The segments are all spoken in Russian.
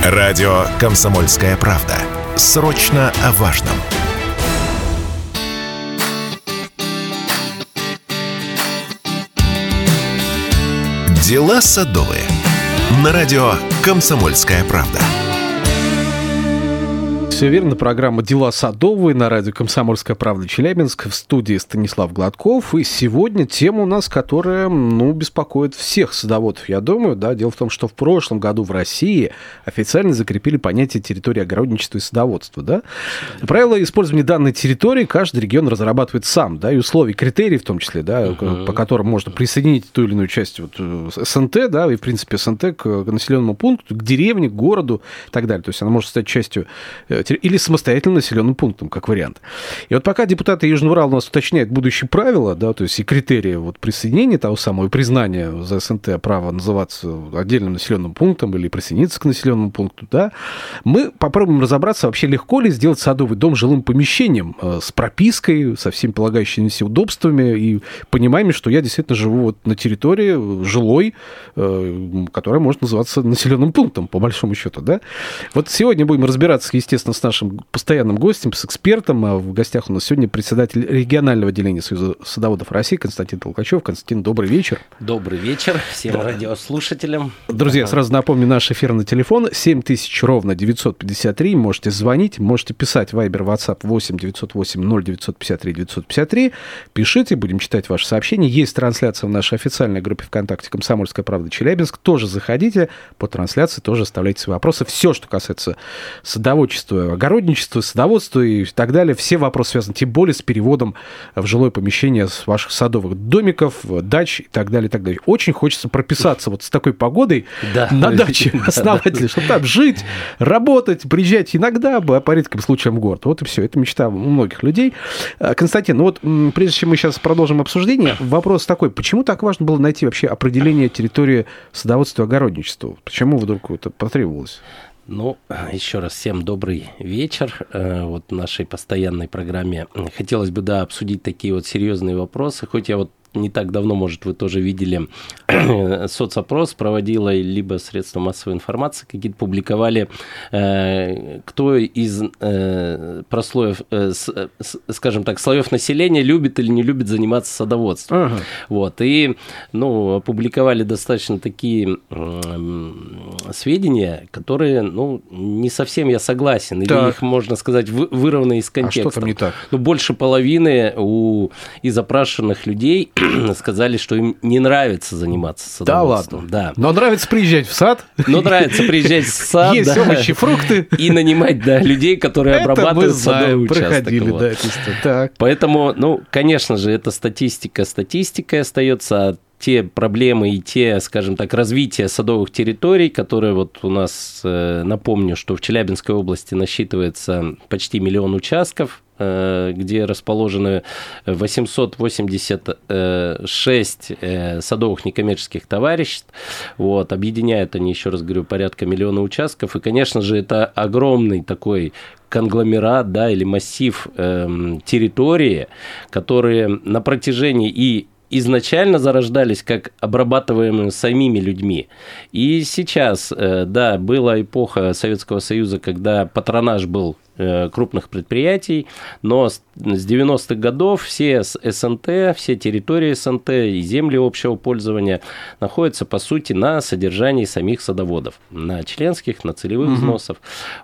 Радио «Комсомольская правда». Срочно о важном. Дела садовые. На радио «Комсомольская правда». Все верно. Программа «Дела садовые» на радио «Комсомольская правда» Челябинск. В студии Станислав Гладков. И сегодня тема у нас, которая, беспокоит всех садоводов, я думаю. Да? Дело в том, что в прошлом году в России официально закрепили понятие территории огородничества и садоводства. Да? Правила использования данной территории каждый регион разрабатывает сам. Да? И условия, критерии в том числе, да, по которым можно присоединить ту или иную часть СНТ, да, и, в принципе, СНТ к населенному пункту, к деревне, к городу и так далее. То есть она может стать частью или самостоятельно населенным пунктом, как вариант. И вот пока депутаты Южного Урала у нас уточняют будущие правила, да, то есть и критерии присоединения того самого, и признания за СНТ права называться отдельным населенным пунктом или присоединиться к населенному пункту, да, мы попробуем разобраться, вообще легко ли сделать садовый дом жилым помещением с пропиской, со всеми полагающимися удобствами и пониманием, что я действительно живу на территории жилой, которая может называться населенным пунктом, по большому счету, да. Вот сегодня будем разбираться, естественно, с нашим постоянным гостем, с экспертом. А в гостях у нас сегодня председатель регионального отделения Союза садоводов России Константин Толкачев. Константин, добрый вечер. Добрый вечер всем радиослушателям. Друзья, сразу напомню, наш эфирный телефон 7000 ровно 953. Можете звонить, можете писать Viber, WhatsApp 8 908 0953 953. Пишите, будем читать ваши сообщения. Есть трансляция в нашей официальной группе ВКонтакте «Комсомольская правда Челябинск». Тоже заходите по трансляции, тоже оставляйте свои вопросы. Все, что касается садоводчества, огородничества, садоводства и так далее. Все вопросы связаны, тем более, с переводом в жилое помещение с ваших садовых домиков, дач и так далее, и так далее. Очень хочется прописаться с такой погодой на даче основательно, чтобы там жить, работать, приезжать иногда, по редким случаям в город. Вот и все. Это мечта у многих людей. Константин, прежде чем мы сейчас продолжим обсуждение, вопрос такой. Почему так важно было найти вообще определение территории садоводства и огородничества? Почему вдруг это потребовалось? Еще раз всем добрый вечер. В нашей постоянной программе хотелось бы, обсудить такие серьезные вопросы. Хоть я не так давно, может, вы тоже видели, соцопрос проводила, либо средства массовой информации какие-то публиковали, кто из прослоев, скажем так, слоев населения любит или не любит заниматься садоводством. И, опубликовали достаточно такие сведения, которые, не совсем я согласен, или их, можно сказать, вырваны из контекста. А что там не так? Больше половины из опрашиванных людей сказали, что им не нравится заниматься садоводством. Да ладно? Да. Но нравится приезжать в сад. Есть овощи, фрукты. И нанимать, людей, которые обрабатывают садовый участок. Проходили, так. Поэтому, конечно же, эта статистикой остается, а те проблемы и те, скажем так, развитие садовых территорий, которые у нас, напомню, что в Челябинской области насчитывается почти 1 миллион участков, где расположены 886 садовых некоммерческих товариществ. Объединяют они, еще раз говорю, порядка 1 миллиона участков. И, конечно же, это огромный такой конгломерат, или массив территории, которые на протяжении изначально зарождались как обрабатываемые самими людьми. И сейчас, была эпоха Советского Союза, когда патронаж был крупных предприятий, но с 90-х годов все СНТ, все территории СНТ и земли общего пользования находятся, по сути, на содержании самих садоводов, на членских, на целевых взносов.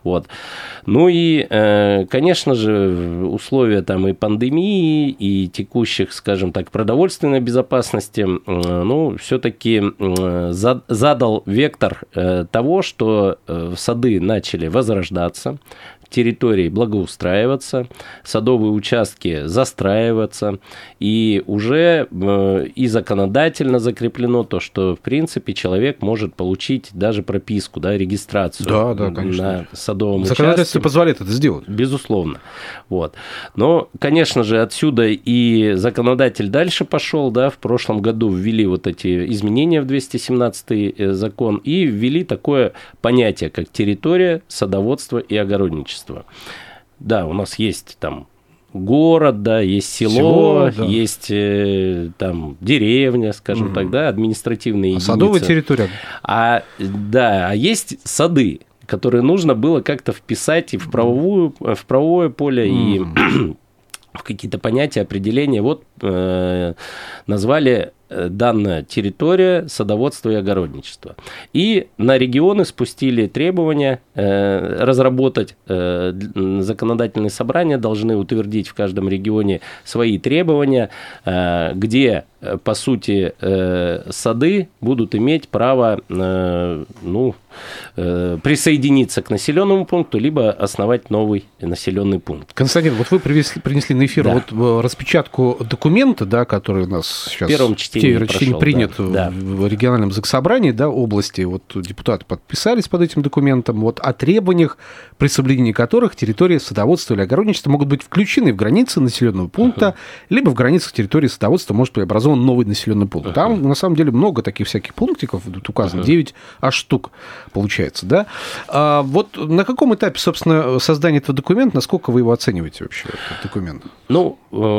Конечно же, условия и пандемии, и текущих, скажем так, продовольственной безопасности, все-таки задал вектор того, что сады начали возрождаться, территории благоустраиваться, садовые участки застраиваться, и уже и законодательно закреплено то, что, в принципе, человек может получить даже прописку, регистрацию на садовом участке. Законодательство позволяет это сделать. Безусловно. Но, конечно же, отсюда и законодатель дальше пошел, в прошлом году ввели эти изменения в 217-й закон и ввели такое понятие, как территория садоводства и огородничества. У нас есть город, есть село, есть деревня, скажем так, административные единицы. Садовая территория. А есть сады, которые нужно было как-то вписать и в правовое поле, и в какие-то понятия, определения. Вот назвали данная территория садоводства и огородничества. И на регионы спустили требования разработать, законодательные собрания должны утвердить в каждом регионе свои требования, где, по сути, сады будут иметь право присоединиться к населенному пункту, либо основать новый населенный пункт. Константин, вот вы принесли на эфир распечатку документа, да, который у нас сейчас в первом чтении принят в региональном заксобрании, да, области. Вот депутаты подписались под этим документом, вот, о требованиях, при соблюдении которых территории садоводства или огородничества могут быть включены в границы населенного пункта, либо в границах территории садоводства может быть образован новый населенный пункт. Там, на самом деле, много таких всих пунктиков, тут указано, 9 штук получается, да. Вот на каком этапе, собственно, создания этого документа, насколько вы его оцениваете вообще, этот документ? Ну,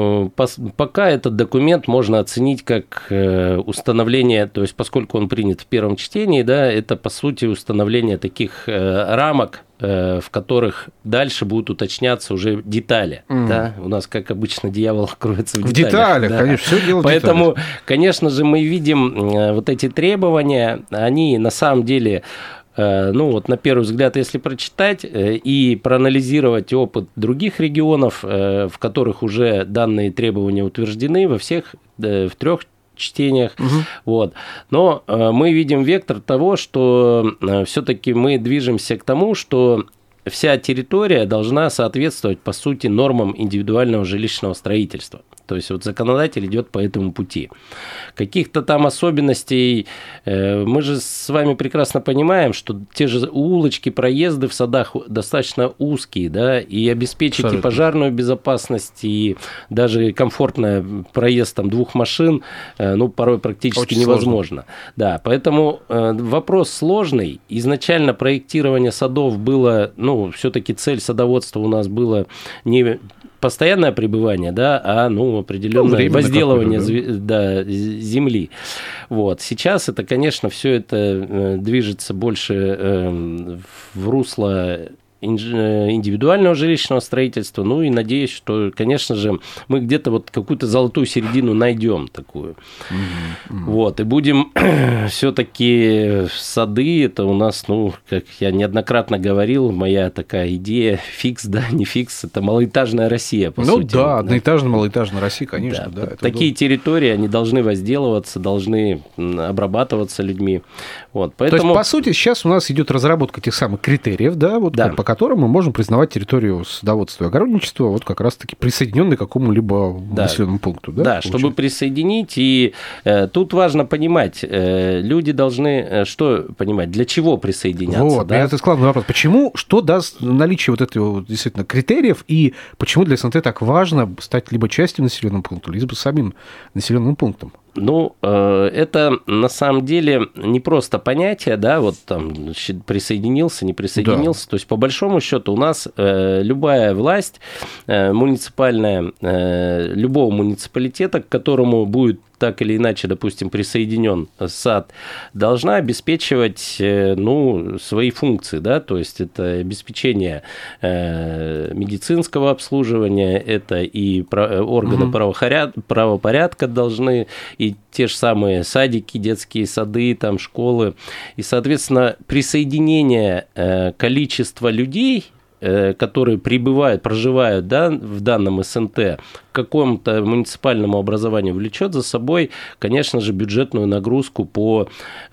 пока этот документ можно оценить как установление, то есть поскольку он принят в первом чтении, да, это, по сути, установление таких рамок, в которых дальше будут уточняться уже детали. Да? У нас, как обычно, дьявол кроется в деталях. В деталях, да. Конечно, все дело в Поэтому, деталях. Конечно же, мы видим вот эти требования, они на самом деле... Ну вот на первый взгляд, если прочитать и проанализировать опыт других регионов, в которых уже данные требования утверждены в 3 чтениях. Вот. Но мы видим вектор того, что все-таки мы движемся к тому, что вся территория должна соответствовать, по сути, нормам индивидуального жилищного строительства. То есть вот законодатель идет по этому пути. Каких-то там особенностей мы же с вами прекрасно понимаем, что те же улочки, проезды в садах достаточно узкие, да, и обеспечить и пожарную безопасность, и даже комфортный проезд там 2 машин, ну, порой практически очень невозможно. Да, поэтому вопрос сложный. Изначально проектирование садов было, ну, все-таки цель садоводства у нас было не постоянное пребывание, да, а определенное возделывание земли. Вот. Сейчас это, конечно, все это движется больше в русло индивидуального жилищного строительства, ну и надеюсь, что, конечно же, мы где-то вот какую-то золотую середину найдем такую. Вот, и будем все-таки сады, это у нас, ну, как я неоднократно говорил, моя такая идея, фикс, да, не фикс, это малоэтажная Россия, по сути. Ну да, одноэтажная, малоэтажная Россия, конечно. Да, такие территории, они должны возделываться, должны обрабатываться людьми. Вот, поэтому... То есть, по сути, сейчас у нас идет разработка тех самых критериев, да, вот по которым мы можем признавать территорию садоводства и огородничества вот как раз-таки присоединенной к какому-либо населенному пункту. Да, да, чтобы присоединить. И тут важно понимать, люди должны что понимать, для чего присоединяться. Вот, да? Это главный вопрос. Почему, что даст наличие вот этого действительно критериев, и почему для СНТ так важно стать либо частью населенного пункта, либо самим населенным пунктом? Ну, это на самом деле не просто понятие, да, вот там присоединился, не присоединился. Да. То есть, по большому счету, у нас любая власть муниципальная, любого муниципалитета, к которому будет так или иначе, допустим, присоединен сад, должна обеспечивать, ну, свои функции, да, то есть это обеспечение медицинского обслуживания, это и органы правопорядка должны, и те же самые садики, детские сады, там, школы, и, соответственно, присоединение количества людей, которые проживают, да, в данном СНТ, к какому-то муниципальному образованию, влечет за собой, конечно же, бюджетную нагрузку по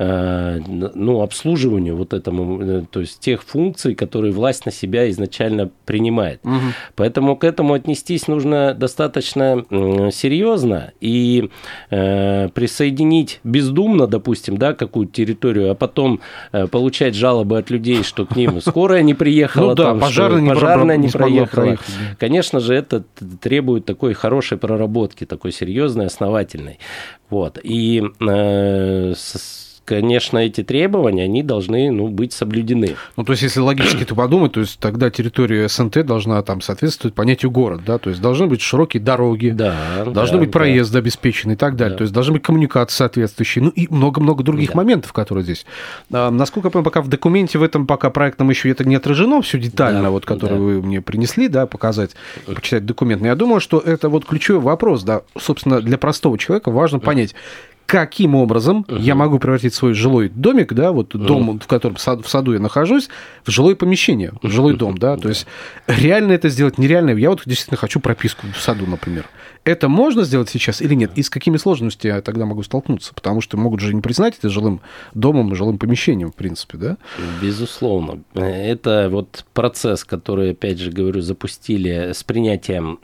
обслуживанию вот этому, то есть тех функций, которые власть на себя изначально принимает. Поэтому к этому отнестись нужно достаточно серьезно, и присоидинить бездумно, допустим, да, какую-то территорию, а потом получать жалобы от людей, что к ним скорая не приехала, там, пожарная не проехала. Конечно же, это требует такой хорошей проработки, такой серьезной, основательной. Вот. И конечно, эти требования, они должны быть соблюдены. Ну, то есть, если логически ты подумать, то есть тогда территория СНТ должна там соответствовать понятию город, да, то есть должны быть широкие дороги, должны быть проезды обеспечены и так далее, то есть должны быть коммуникации соответствующие, ну и много-много других моментов, которые здесь. Насколько я понимаю, пока в документе в этом пока проектном еще это не отражено, все детально, вот, которое вы мне принесли, да, показать, почитать документ. Но я думаю, что это вот ключевой вопрос, да, собственно, для простого человека важно понять, каким образом я могу превратить свой жилой домик, да, вот дом, в котором в саду я нахожусь, в жилое помещение, в жилой дом, да, то есть реально это сделать, нереально. Я вот действительно хочу прописку в саду, например. Это можно сделать сейчас или нет? И с какими сложностями я тогда могу столкнуться? Потому что могут же не признать это жилым домом, жилым помещением, в принципе, да? Безусловно. Это вот процесс, который, опять же говорю, запустили с принятием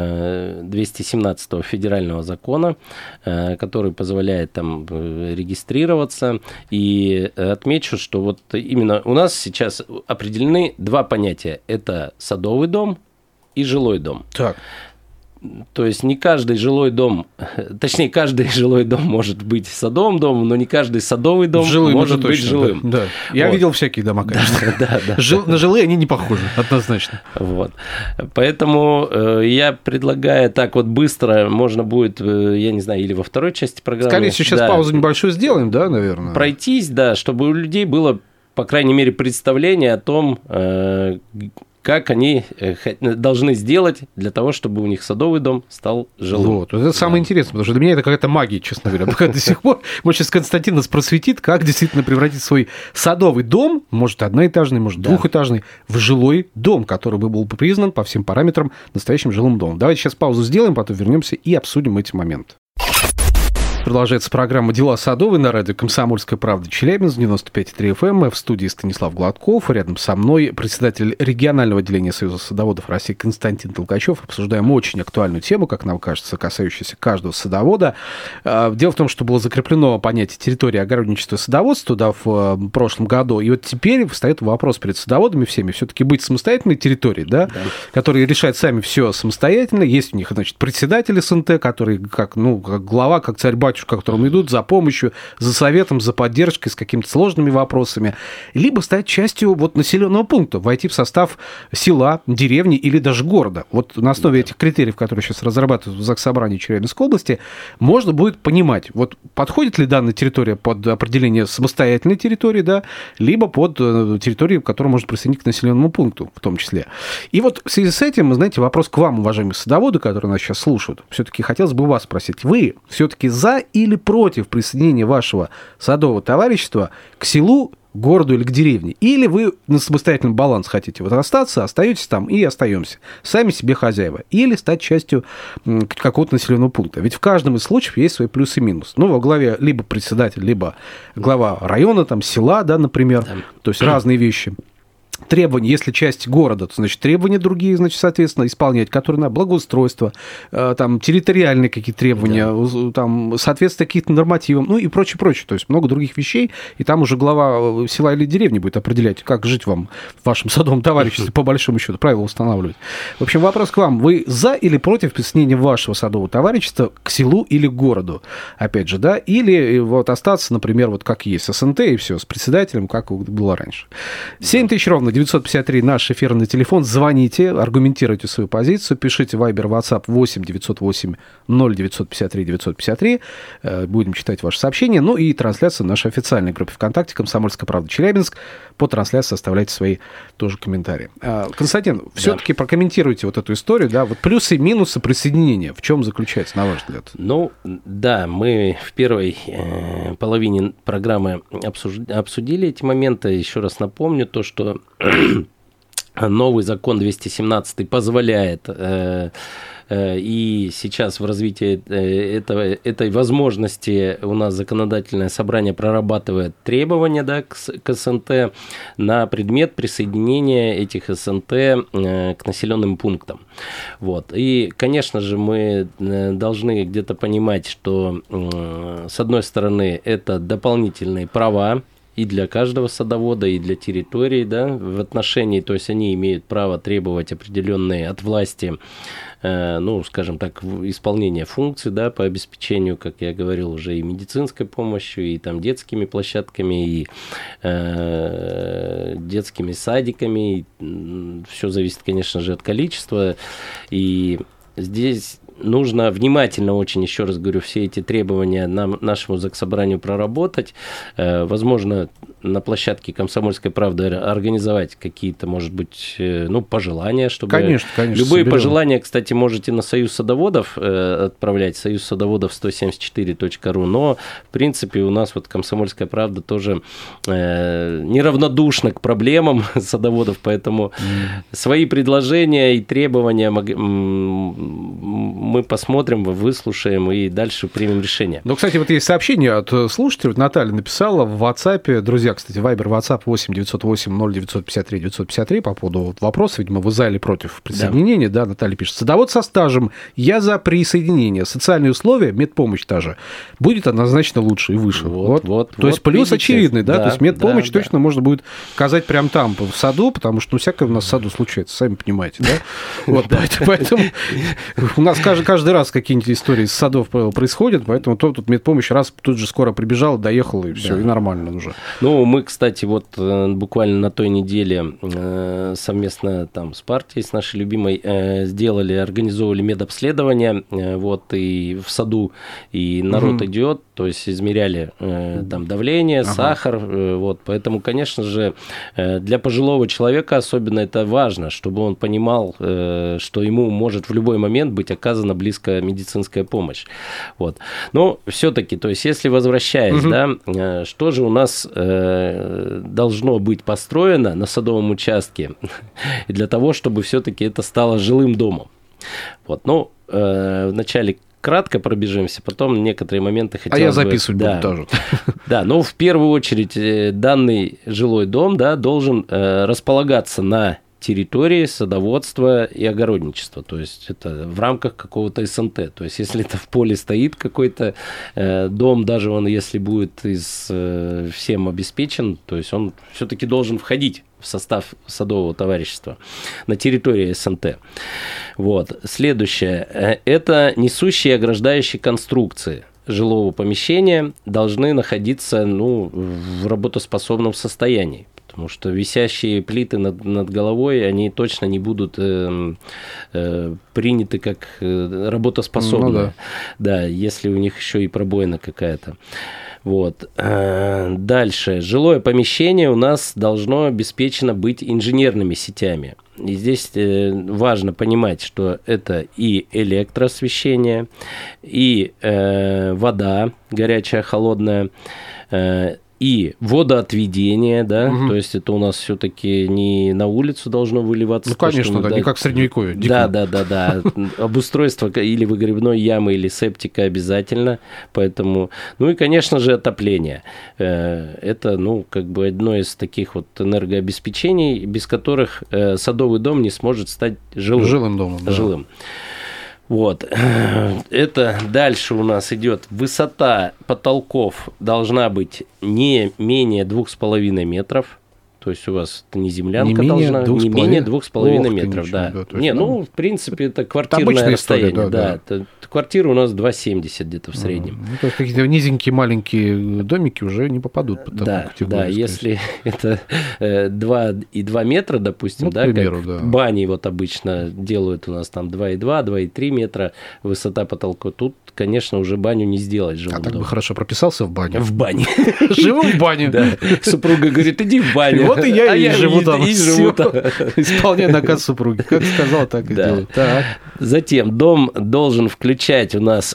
217-го федерального закона, который позволяет там регистрироваться. И отмечу, что вот именно у нас сейчас определены два понятия. Это садовый дом и жилой дом. Так. То есть не каждый жилой дом, точнее, каждый жилой дом может быть садовым домом, но не каждый садовый дом может быть жилым. Да. Я видел всякие дома, конечно. На жилые они не похожи, однозначно. Вот. Поэтому я предлагаю так вот быстро, можно будет, я не знаю, или во второй части программы. Скорее, сейчас паузу небольшую сделаем, да, наверное? Пройтись, да, чтобы у людей было, по крайней мере, представление о том, как они должны сделать для того, чтобы у них садовый дом стал жилым. Вот, это самое интересное, потому что для меня это какая-то магия, честно говоря. Пока до сих пор, может, сейчас Константин нас просветит, как действительно превратить свой садовый дом, может, одноэтажный, может, двухэтажный, в жилой дом, который бы был признан по всем параметрам настоящим жилым домом. Давайте сейчас паузу сделаем, потом вернемся и обсудим эти моменты. Продолжается программа «Дела садовые» на радио «Комсомольская правда» Челябинск, 95,3 FM. В студии Станислав Гладков. Рядом со мной председатель регионального отделения Союза садоводов России Константин Толкачев. Обсуждаем очень актуальную тему, как нам кажется, касающуюся каждого садовода. Дело в том, что было закреплено понятие территории огородничества и садоводства в прошлом году. И вот теперь встает вопрос перед садоводами всеми все-таки быть самостоятельной территорией, да, которые решают сами все самостоятельно. Есть у них, значит, председатели СНТ, которые как глава, как царь-батюшка, к которым идут за помощью, за советом, за поддержкой, с какими-то сложными вопросами, либо стать частью вот населенного пункта, войти в состав села, деревни или даже города. Вот на основе этих критериев, которые сейчас разрабатывают в Заксобрании Челябинской области, можно будет понимать, вот подходит ли данная территория под определение самостоятельной территории, да, либо под территорию, которая может присоединиться к населенному пункту в том числе. И вот в связи с этим, знаете, вопрос к вам, уважаемые садоводы, которые нас сейчас слушают. Все-таки хотелось бы вас спросить, вы все-таки за или против присоединения вашего садового товарищества к селу, городу или к деревне? Или вы на самостоятельный баланс хотите вот остаться, остаетесь там и остаемся, сами себе хозяева? Или стать частью какого-то населенного пункта? Ведь в каждом из случаев есть свои плюсы и минусы. Ну, во главе либо председатель, либо глава района, там, села, да, например, то есть разные вещи. Требования, если часть города, то, значит, требования другие, значит, соответственно, исполнять, которые на благоустройство, там, территориальные какие-то требования, там, соответствие каким-то нормативам, ну и прочее. То есть много других вещей, и там уже глава села или деревни будет определять, как жить вам в вашем садовом товариществе, по большому счету, правила устанавливать. В общем, вопрос к вам. Вы за или против присоединения вашего садового товарищества к селу или к городу? Опять же, да? Или вот остаться, например, вот как есть, СНТ и все, с председателем, как было раньше. 7000 ровно 953 наш эфирный телефон. Звоните, аргументируйте свою позицию, пишите Viber, WhatsApp 8 908 0953 953. Будем читать ваши сообщения. Ну и трансляция в нашей официальной группе ВКонтакте «Комсомольская правда Челябинск». По трансляции оставляйте свои тоже комментарии. Константин, все-таки прокомментируйте вот эту историю, да, вот плюсы и минусы присоединения. В чем заключается, на ваш взгляд? Ну, да, мы в первой половине программы обсудили эти моменты. Еще раз напомню то, что новый закон 217 позволяет и сейчас в развитии этой возможности у нас законодательное собрание прорабатывает требования, да, к СНТ на предмет присоединения этих СНТ к населенным пунктам. Вот. И, конечно же, мы должны где-то понимать, что, с одной стороны, это дополнительные права и для каждого садовода, и для территории, да, в отношении, то есть они имеют право требовать определенные от власти, ну, скажем так, исполнения функций, да, по обеспечению, как я говорил, уже и медицинской помощью, и там детскими площадками, и детскими садиками. Все зависит, конечно же, от количества. И здесь нужно внимательно очень, еще раз говорю, все эти требования нашему Заксобранию проработать. Возможно, на площадке «Комсомольской правды» организовать какие-то, может быть, ну, пожелания, чтобы... Конечно, Любые соберем. пожелания, кстати, можете на Союз садоводов отправлять, союзсадоводов 174.ru, но, в принципе, у нас вот «Комсомольская правда» тоже неравнодушна к проблемам садоводов, поэтому свои предложения и требования мы посмотрим, выслушаем и дальше примем решение. Ну, кстати, вот есть сообщение от слушателей. Наталья написала в WhatsApp. Друзья, кстати, Viber, WhatsApp 8-908-0953 по поводу вот вопроса. Видимо, вы за или против присоединения. Да, Наталья пишет. Садовод со стажем. Я за присоединение. Социальные условия, медпомощь та же, будет однозначно лучше и выше. То есть плюс видите, очевидный, да? То есть медпомощь точно можно будет оказать прямо там, в саду, потому что всякое у нас в саду случается, сами понимаете, да? Вот, поэтому у нас каждый раз какие-нибудь истории с садов происходят, поэтому тут медпомощь раз тут же скоро прибежала, доехала, и все, и нормально уже. Ну, мы, кстати, вот буквально на той неделе совместно там с партией, с нашей любимой, организовывали медобследование, вот, и в саду, и народ идет, то есть измеряли там давление, сахар, вот, поэтому, конечно же, для пожилого человека особенно это важно, чтобы он понимал, что ему может в любой момент быть оказана близкая медицинская помощь. Вот. Но все-таки, то есть, если возвращаясь, да, что же у нас должно быть построено на садовом участке для того, чтобы все-таки это стало жилым домом? Вот. Ну, вначале кратко пробежимся, потом некоторые моменты хотелось бы... А я записывать буду тоже. Да, но в первую очередь данный жилой дом, да, должен располагаться на территории садоводства и огородничества, то есть это в рамках какого-то СНТ, то есть если это в поле стоит какой-то дом, даже он если будет всем обеспечен, то есть он все-таки должен входить в состав садового товарищества на территории СНТ. Вот. Следующее, это несущие и ограждающие конструкции жилого помещения должны находиться, ну, в работоспособном состоянии. Потому что висящие плиты над головой, они точно не будут приняты как работоспособные. Ну, да, если у них еще и пробоина какая-то. Вот. Дальше. Жилое помещение у нас должно обеспечено быть инженерными сетями. И здесь важно понимать, что это и электроосвещение, и вода горячая, холодная, и водоотведение, да, то есть это у нас все-таки не на улицу должно выливаться. Ну, конечно, да, не как в Средневековье. Да. Обустройство или выгребной ямы, или септика обязательно, поэтому... Ну и, конечно же, отопление. Это, ну, как бы одно из таких вот энергообеспечений, без которых садовый дом не сможет стать жилым домом. Да. Жилым. Вот. Это дальше у нас идет высота потолков должна быть не менее 2,5 метров. То есть у вас это не землянка должна, не менее 2,5 метров. Да. Не, ну, в принципе, это квартирное расстояние. Да. Квартира у нас 2,70 где-то в среднем. Ну, то есть какие-то низенькие маленькие домики уже не попадут под такую категорию. Да, если это 2,2 метра, допустим, ну, да, примеру, как бани вот обычно делают у нас там 2,2, 2,3 метра высота потолка, тут, конечно, уже баню не сделать жилым домом. А так бы хорошо прописался в бане. В бане. Живу в бане. Да. Супруга говорит, иди в баню. Вот и я и живу там. Исполняю наказ супруги. Как сказал, так и делаю. Затем дом должен включать у нас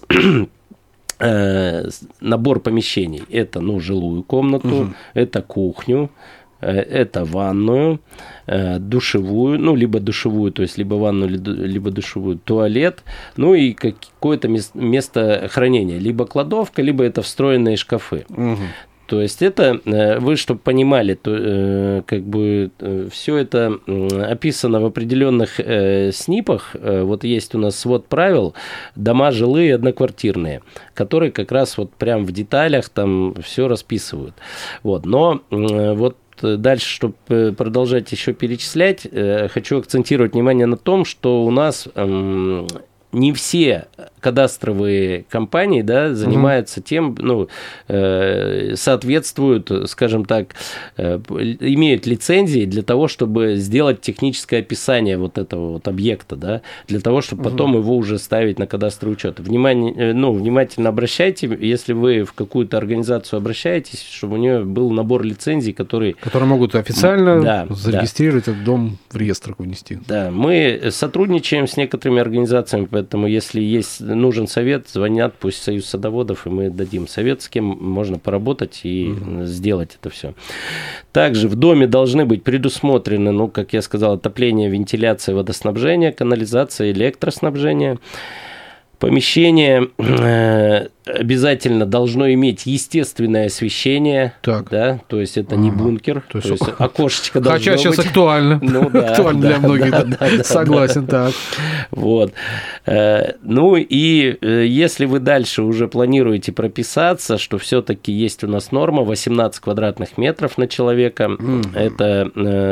набор помещений. Это, ну, жилую комнату, это кухню, это ванную, душевую, ну, либо душевую, то есть либо ванную, либо душевую, туалет, ну и какое-то место хранения, либо кладовка, либо это встроенные шкафы. То есть это, вы чтобы понимали, то как бы все это описано в определенных СНИПах. Вот есть у нас свод правил, дома жилые одноквартирные, которые как раз вот прям в деталях там все расписывают. Вот. Но вот дальше, чтобы продолжать еще перечислять, хочу акцентировать внимание на том, что у нас не все кадастровые компании, да, занимаются тем, ну, соответствуют, скажем так, имеют лицензии для того, чтобы сделать техническое описание вот этого вот объекта, да, для того, чтобы потом его уже ставить на кадастровый учет. Внимательно обращайте, если вы в какую-то организацию обращаетесь, чтобы у нее был набор лицензий, которые могут официально зарегистрировать этот дом в реестр внести. Да, мы сотрудничаем с некоторыми организациями, поэтому если нужен совет, звонят, пусть Союз садоводов, и мы дадим совет, с кем можно поработать и сделать это все. Также в доме должны быть предусмотрены, ну, как я сказал, отопление, вентиляция, водоснабжение, канализация, электроснабжение. Помещение обязательно должно иметь естественное освещение, да, то есть это не бункер, то есть окошечко должно быть. Хотя сейчас актуально, актуально для многих, согласен, так. Вот. Ну и если вы дальше уже планируете прописаться, что все-таки есть у нас норма 18 квадратных метров на человека, это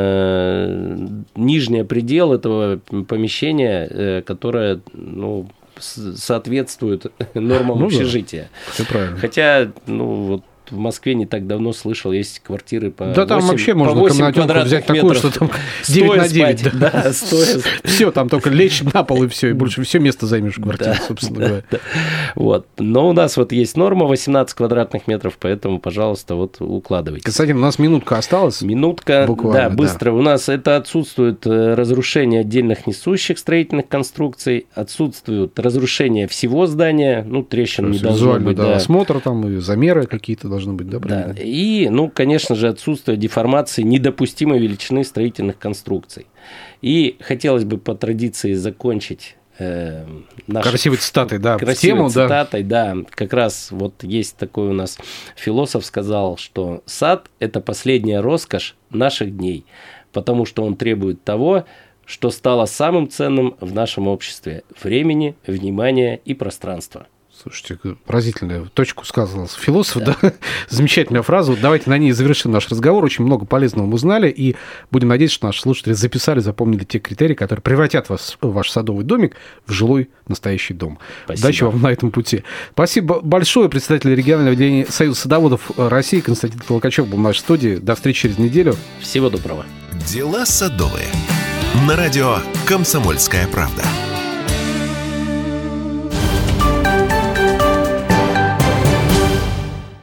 нижний предел этого помещения, которое, ну, соответствует нормам общежития. Все правильно. Хотя, ну, вот в Москве не так давно слышал, есть квартиры по 8, там вообще можно комнатенку взять такую, что там 9 на 9. Да, стоя. Все, там только лечь на пол и все, и больше все место займешь в квартире, собственно говоря. Вот. Но у нас вот есть норма 18 квадратных метров, поэтому, пожалуйста, вот укладывайте. Константин, у нас минутка осталась. Минутка, буквально, да, быстро. Да. У нас это отсутствует разрушение отдельных несущих строительных конструкций, отсутствует разрушение всего здания, ну, трещин не должно быть. Да, осмотр там, и замеры какие-то должны быть, да? Да. И, ну, конечно же, отсутствие деформации недопустимой величины строительных конструкций. И хотелось бы по традиции закончить красивой цитатой, да, красивой цитатой, да. Как раз вот есть такой у нас философ сказал, что сад – это последняя роскошь наших дней, потому что он требует того, что стало самым ценным в нашем обществе – времени, внимания и пространства. Слушайте, поразительную точку сказал философ, да. Замечательная фраза. Давайте на ней завершим наш разговор. Очень много полезного мы узнали, и будем надеяться, что наши слушатели записали, запомнили те критерии, которые превратят вас, ваш садовый домик в жилой настоящий дом. Спасибо. Удачи вам на этом пути. Спасибо большое. Председатель регионального отделения Союза садоводов России Константин Толкачев был в нашей студии. До встречи через неделю. Всего доброго. Дела садовые. На радио «Комсомольская правда».